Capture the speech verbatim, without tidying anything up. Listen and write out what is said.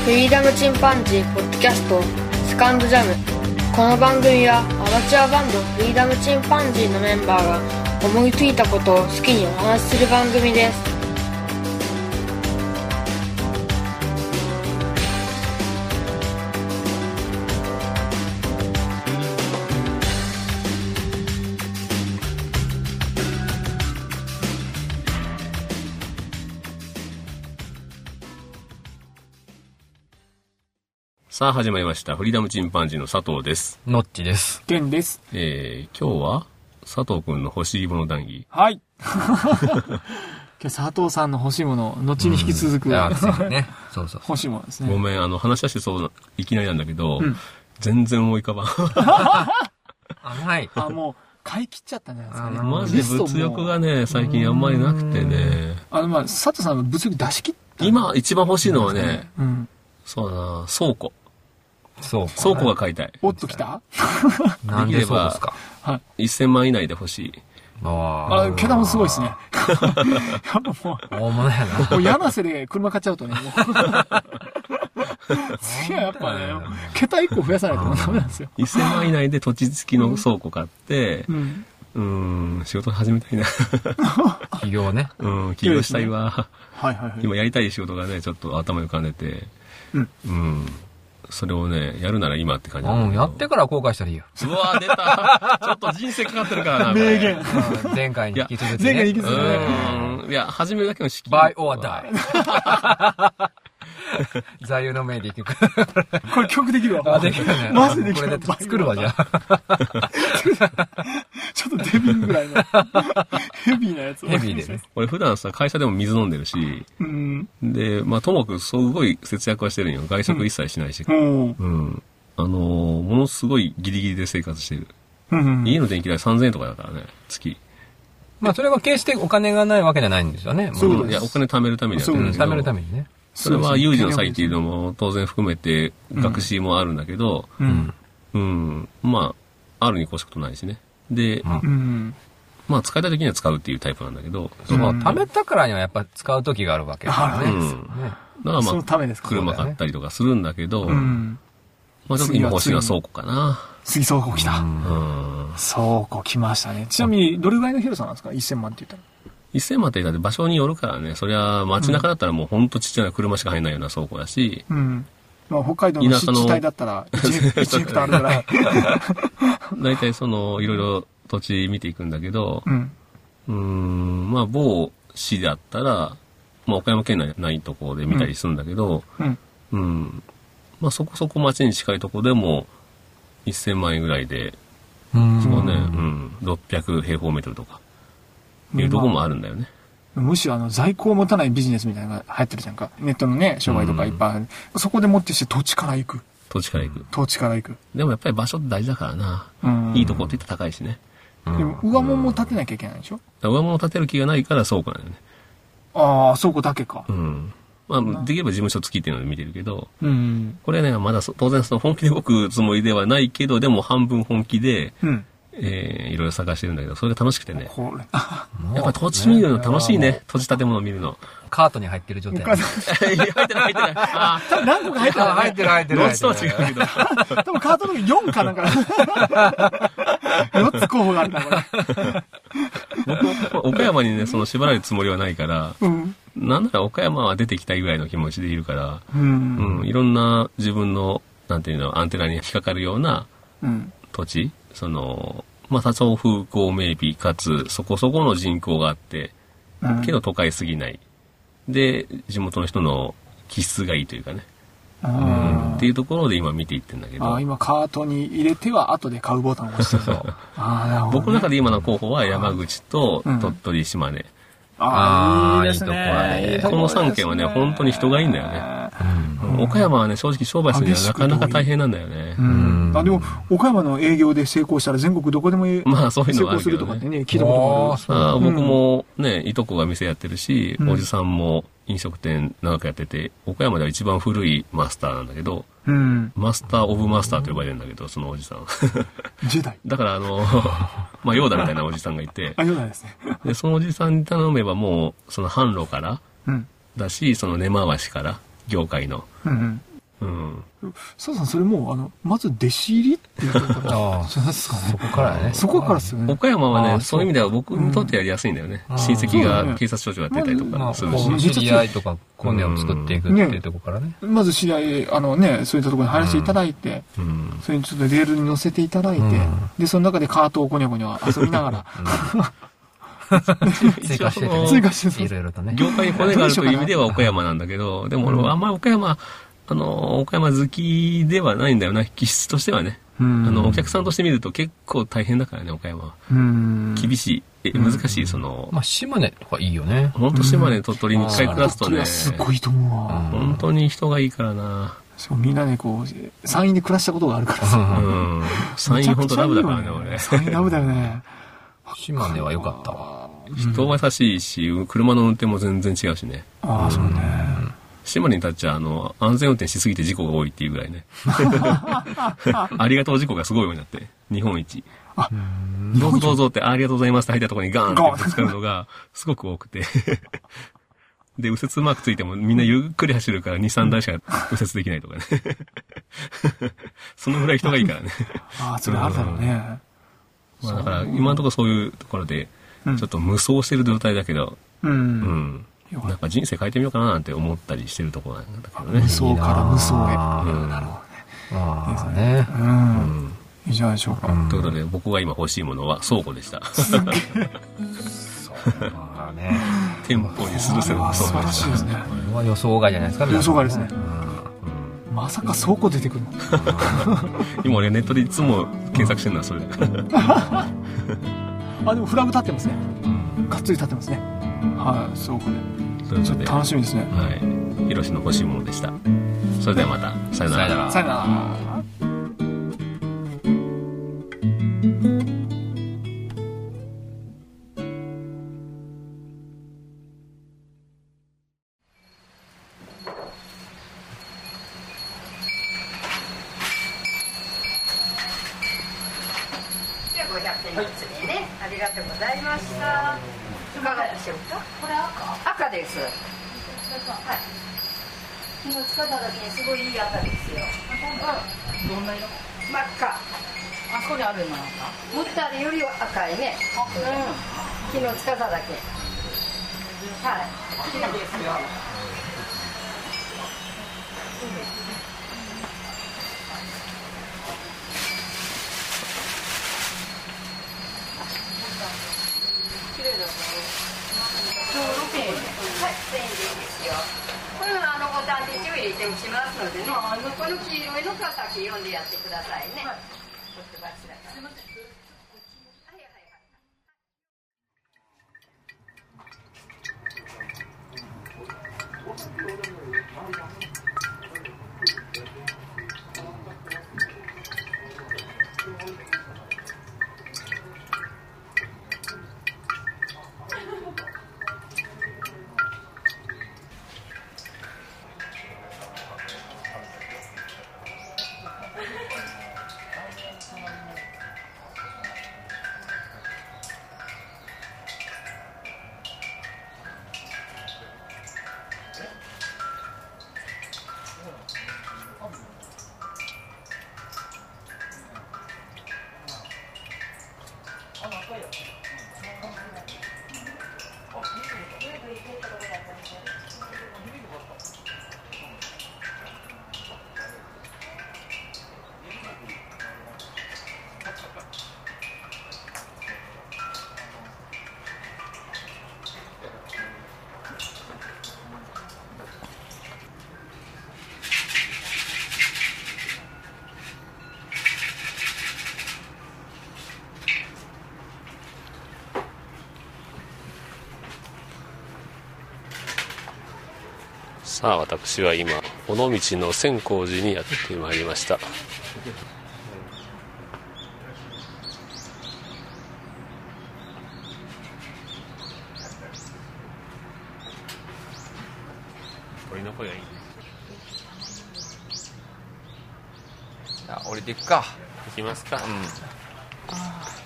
フリーダムチンパンジーポッドキャストセカンドジャム。この番組はアマチュアバンドフリーダムチンパンジーのメンバーが思いついたことを好きにお話しする番組です。 さあ始まりましたフリーダムチンパンジーの佐藤です。 のっちです。 ケンです。 えー、今日は佐藤くんの欲しいもの談義。 はい今日佐藤さんの欲しいもの後に引き続く、うん、 ね、そうそう欲しいものですね。 ごめん、あの話ししてそういきなりなんだけど、 うん、 全然思い浮かばんあ、はい。 あ、もう買い切っちゃったんじゃないですかね。 マジで物欲がね最近あんまりなくてね。 あのまあ佐藤さんは物欲出し切った。 今一番欲しいのはね、 うん、 そうだな、倉庫。 そう。 倉庫が買いたい。 おっと来たなんでそうですか。 はい。 せんまん以内で欲しい。 ああ、桁もすごいですね。やっぱもう、 大物やな。 もう柳瀬で車買っちゃうとね、もう。次はやっぱね、桁いっこ増やさないとダメなんですよ。 せんまん以内で土地付きの倉庫買って、 うん、 うーん、仕事始めたいな。 起業ね。 うん、起業したいわ。 はいはいはい。 今やりたい仕事がね、ちょっと頭に浮かんでて、 うん。 うん。それをね、やるなら今って感じなんだけど。 うん、やってから後悔したらいいよ。 うわ、出た。ちょっと人生かかってるからな。 名言。 前回に引き続き、ね。 前回に引き続きね。 うん。いや、始めるだけの資金。 バイオアダイ。座右の銘でいく。これ曲できるわ。 あ、できるね。 マジできる。 これだって作るわ、じゃあ。 ちょっとデビューぐらいのヘビーなやつを。 ヘビーでね。 俺普段さ、会社でも水飲んでるし、 うん、で、 まあ、ともかくすごい節約はしてるんよ。外食一切しないし。 うん。 うん。あのー、ものすごいギリギリで生活してる。 うん。 家の電気代さんぜんえんとかだからね、月。 まあ、それは決してお金がないわけじゃないんですよね。 そうです。いや、お金貯めるためにやってるんですけど。 貯めるためにね。 それは有事の際っていうのも当然含めて学習もあるんだけど、 うん。 うん。まあ、あるに越したことないしね。で、 うん。 まあ、使いたい時には使うっていうタイプなんだけど。 そう、貯めたからにはやっぱ使う時があるわけだからね。 うん。だからまあ、車買ったりとかするんだけど、まあちょっと今欲しいのは倉庫かな。 次倉庫来た。うん。倉庫来ましたね。ちなみに、どれぐらいの広さなんですか ?せんまんって言ったら。 せんまんって言ったら場所によるからね。そりゃ街中だったらもうほんとちっちゃな車しか入んないような倉庫だし。 うん。まあ北海道の湿地帯だったらいちヘクタールぐらい。 大体その、いろいろ土地見ていくんだけど、 うん。 うーん、まあ某市だったら、まあ岡山県内ないところで見たりするんだけど、 うん。 うん。まあそこそこ町に近いところでもせんまん円ぐらいで、 うんそうね、うん、ろっぴゃく平方メートルとか、いうとこもあるんだよね。 まあ、むしろあの在庫を持たないビジネスみたいなのが流行ってるじゃんか。ネットのね、商売とかいっぱいある。そこでもってして土地から行く。 土地から行く。 土地から行く。 でもやっぱり場所って大事だからな。 うん。 いいとこって言ったら高いしね。 でも上物も建てなきゃいけないでしょ。 上物を建てる気がないから倉庫なんだよね。 ああ、倉庫だけか。 うん。まあ、できれば事務所付きっていうので見てるけど、 うん、 これね、まだ当然その本気で動くつもりではないけど、でも半分本気で、 うん、 えー、いろいろ探してるんだけど、それが楽しくてね。 これやっぱ土地見るの楽しいね。土地建物見るの。 カートに入ってる状態。 いや、入ってない入ってない。ああ。何個か入ってる。 入ってる入ってる。 どっちとは違うけど。 多分カートの時よんかなんか。よっつ候補があるな、これ。 僕、岡山にね、その縛られるつもりはないから、 うん、 なんなら岡山は出てきたいぐらいの気持ちでいるから、 うん、 うん、いろんな自分の、なんていうの、アンテナに引っかかるような土地、うん、その、まあ、多少風光明媚かつ、そこそこの人口があって、うん、けど都会すぎない。で、地元の人の気質がいいというかね。うん、っていうところで今見ていってんだけど。 あ、今カートに入れては後で買うボタンを押してる。 そうあ、ね、僕の中で今の候補は山口と鳥取、島根。 ああ、いいですね。 このさんけんはね、本当に人がいいんだよね。うん、岡山はね、正直商売するにはなかなか大変なんだよね。 うん、あでも、岡山の営業で成功したら全国どこでもまあそういうのはあるけどね、 成功するとかってね、聞いたこともある。 ああ、僕もね、いとこが店やってるし、うん、おじさんも飲食店長くやってて、岡山では一番古いマスターなんだけど、 うん、 マスターオブマスターと呼ばれるんだけど、そのおじさん。 ジェダイ。 だからあの、まあヨーダみたいなおじさんがいて、 あ、ヨーダですね。 で、そのおじさんに頼めばもう、その販路から、 うん、 だし、その根回しから、業界の、 うんうん、 うん。 佐藤さん、それもう、あの、まず弟子入りっていうところからじゃないですかね。 そこからね。 そこからですよね。 岡山はね、そういう意味では僕にとってやりやすいんだよね。うん、親戚が警察署長やってたりとかするし。 まあ、知り合いとか、コネを作っていくっていうところからね。 まず知り合い、あのね、そういったところに入らせていただいて、うん、それにちょっとレールに乗せていただいて、うん、で、その中でカートをコニャコニャ遊びながら、 追加してて、 追加していろいろとね。 業界に骨があるという意味では岡山なんだけど、でも俺はあんまり岡山、あの、岡山好きではないんだよな、気質としてはね。あの、お客さんとして見ると結構大変だからね、岡山は。厳しい、え難しい、その。 まあ、島根とかいいよね。 ほんと島根、鳥取に一回暮らすとね。 すごいと思うわ。 本当に人がいいからな。 しかもみんなね、こう、山陰で暮らしたことがあるからさ。うん。 山陰ほんとラブだからね、俺。 山陰ラブだよね。 島根は良かったわ。 人は優しいし、車の運転も全然違うしね。 ああ、そうね。 島根に立っちゃ、あの、安全運転しすぎて事故が多いっていうぐらいね。ありがとう事故がすごいようになって、日本一。あ、どうぞどうぞって、ありがとうございますって入ったところにガーンってぶつかるのがすごく多くて。で、右折マークついてもみんなゆっくり走るからに、さんだいしか右折できないとかね。そのぐらい人がいいからね。 ああ、それあるだろうね。 まあだから今のところそういうところで、ちょっと無双してる状態だけど、うん。うんなんか人生変えてみようかななんて思ったりしてるところなんだけどね。 無双から無双へ。うん、なるほどね。 ああね。 うん。いいじゃないでしょうか。 ということで僕が今欲しいものは倉庫でした。 そうね。 店舗にするせるの素晴らしいですね。 これは予想外じゃないですか。 予想外ですね。まさか倉庫出てくるの。 今俺ネットでいつも検索してるのはそれ。 あでもフラグ立ってますね。がっつり立ってますね。はい、倉庫で。ちょっと楽しみですね。 はい。ヒロシの欲しいものでした。それではまた。さよなら。 さよなら。 ごひゃくえんずつでね、はい、ありがとうございました。いかがでしょうか。これ赤。赤です。はい。昨日使った時にすごいいい赤ですよ。 うん。どんな色？ 真っ赤。 あそこにあるの赤？ 持ったよりは赤いね。うん。昨日使っただけ。はい。 綺麗ですよ。綺麗だね。ちょうどろくえん。はい、せんえんでいいですよ。これはあのボタンで一応入れてもしますのでね。この黄色いのから先読んでやってくださいね。はい。ちょっとバチだから。すみません。はいはいはい。 さあ私は今尾道の千光寺にやってまいりました。鳥の声がいいね。 じゃあ降りていくか。 行きますか。 うん。